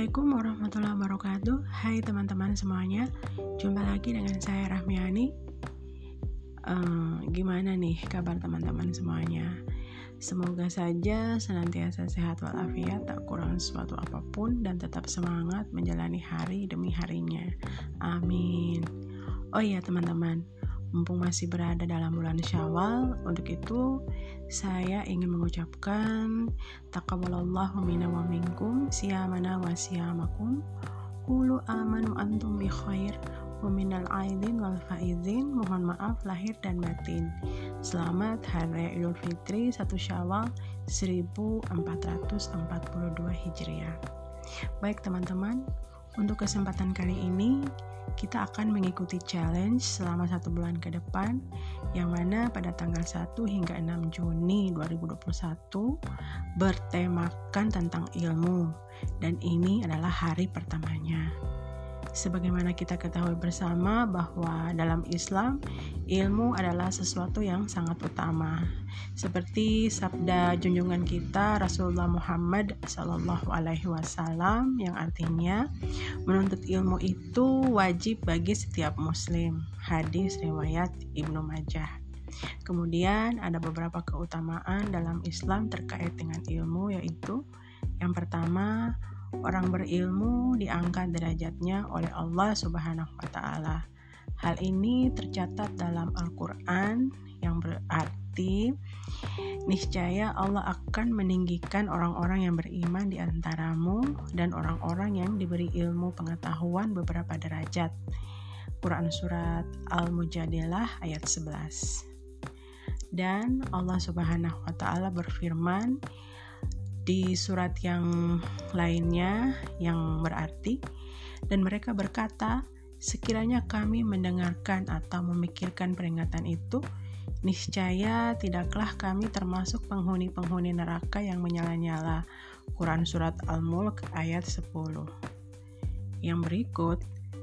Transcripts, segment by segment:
Assalamualaikum warahmatullahi wabarakatuh. Hai teman-teman semuanya, jumpa lagi dengan saya Rahmiani. Gimana nih kabar teman-teman semuanya? Semoga saja senantiasa sehat walafiat, tak kurang sesuatu apapun, dan tetap semangat menjalani hari demi harinya. Amin. Oh iya teman-teman, mumpung masih berada dalam bulan Syawal, untuk itu saya ingin mengucapkan taqabbalallahu minna wa minkum siyamana wa siyamakum qulu amanu antum bi khair wa minal aidin wal faizin. Mohon maaf lahir dan batin. Selamat Hari Raya Idul Fitri 1 Syawal 1442 Hijriah. Baik teman-teman, untuk kesempatan kali ini kita akan mengikuti challenge selama 1 bulan ke depan, yang mana pada tanggal 1 hingga 6 Juni 2021 bertemakan tentang ilmu, dan ini adalah hari pertamanya. Sebagaimana kita ketahui bersama bahwa dalam Islam, ilmu adalah sesuatu yang sangat utama. Seperti sabda junjungan kita Rasulullah Muhammad SAW yang artinya menuntut ilmu itu wajib bagi setiap muslim. Hadis riwayat Ibnu Majah. Kemudian ada beberapa keutamaan dalam Islam terkait dengan ilmu, yaitu yang pertama, orang berilmu diangkat derajatnya oleh Allah Subhanahu wa Ta'ala. Hal ini tercatat dalam Al-Quran, yang berarti niscaya Allah akan meninggikan orang-orang yang beriman di antaramu dan orang-orang yang diberi ilmu pengetahuan beberapa derajat. Quran Surat Al-Mujadilah ayat 11. Dan Allah Subhanahu wa Ta'ala berfirman di surat yang lainnya yang berarti, dan mereka berkata, sekiranya kami mendengarkan atau memikirkan peringatan itu, niscaya tidaklah kami termasuk penghuni-penghuni neraka yang menyala-nyala. Quran Surat Al-Mulk ayat 10. Yang berikut,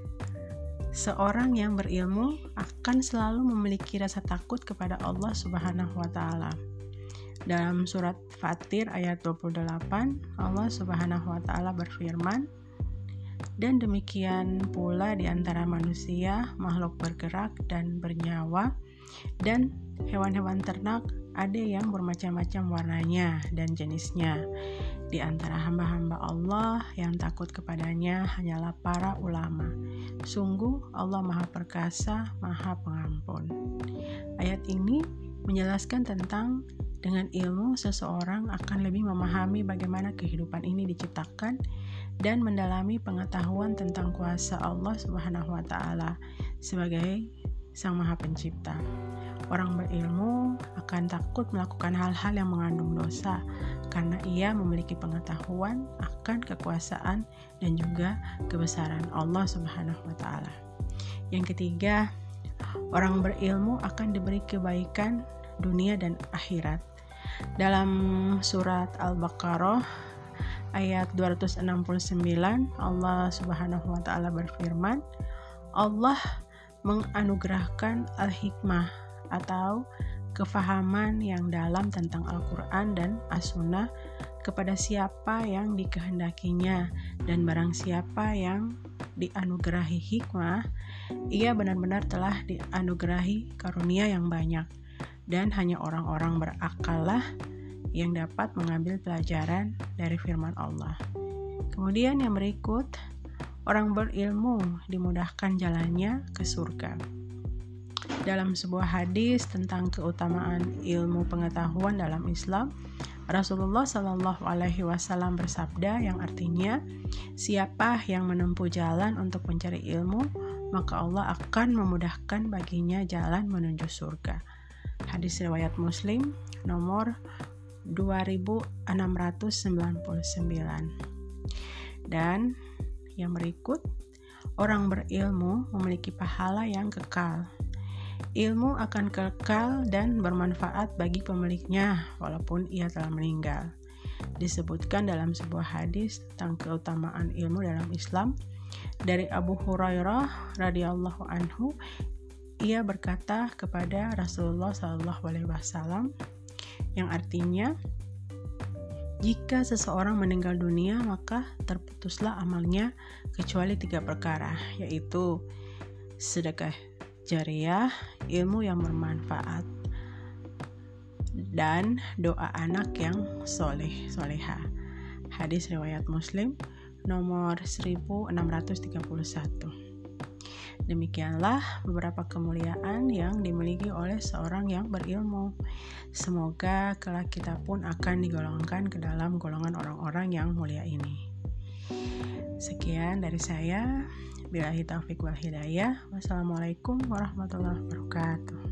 seorang yang berilmu akan selalu memiliki rasa takut kepada Allah Subhanahu wa Ta'ala. Dalam surat Fatir ayat 28, Allah Subhanahu wa Ta'ala berfirman, dan demikian pula di antara manusia, makhluk bergerak dan bernyawa, dan hewan-hewan ternak, ada yang bermacam-macam warnanya dan jenisnya. Di antara hamba-hamba Allah yang takut kepadanya hanyalah para ulama. Sungguh Allah Maha Perkasa, Maha Pengampun. Ayat ini menjelaskan tentang dengan ilmu seseorang akan lebih memahami bagaimana kehidupan ini diciptakan dan mendalami pengetahuan tentang kuasa Allah Subhanahu wa Ta'ala sebagai Sang Maha Pencipta. Orang berilmu akan takut melakukan hal-hal yang mengandung dosa karena ia memiliki pengetahuan akan kekuasaan dan juga kebesaran Allah Subhanahu wa Ta'ala. Yang ketiga, orang berilmu akan diberi kebaikan dunia dan akhirat. Dalam surat Al-Baqarah ayat 269, Allah Subhanahu wa Ta'ala berfirman, Allah menganugerahkan al-hikmah atau kefahaman yang dalam tentang Al-Quran dan As-Sunnah kepada siapa yang dikehendakinya, dan barang siapa yang dianugerahi hikmah, ia benar-benar telah dianugerahi karunia yang banyak, dan hanya orang-orang berakallah yang dapat mengambil pelajaran dari firman Allah. Kemudian yang berikut, orang berilmu dimudahkan jalannya ke surga. Dalam sebuah hadis tentang keutamaan ilmu pengetahuan dalam Islam, Rasulullah Shallallahu Alaihi Wasallam bersabda yang artinya, siapa yang menempuh jalan untuk mencari ilmu, maka Allah akan memudahkan baginya jalan menuju surga. Hadis riwayat Muslim nomor 2699. Dan yang berikut, orang berilmu memiliki pahala yang kekal. Ilmu akan kekal dan bermanfaat bagi pemiliknya walaupun ia telah meninggal. Disebutkan dalam sebuah hadis tentang keutamaan ilmu dalam Islam dari Abu Hurairah radhiyallahu anhu. Ia berkata kepada Rasulullah SAW yang artinya, Jika seseorang meninggal dunia, maka terputuslah amalnya kecuali 3 perkara, yaitu sedekah jariyah, ilmu yang bermanfaat, dan doa anak yang soleha. Hadis riwayat Muslim nomor 1631. Demikianlah beberapa kemuliaan yang dimiliki oleh seorang yang berilmu. Semoga kelak kita pun akan digolongkan ke dalam golongan orang-orang yang mulia ini. Sekian dari saya. Billahi taufiq wal hidayah. Wassalamualaikum warahmatullahi wabarakatuh.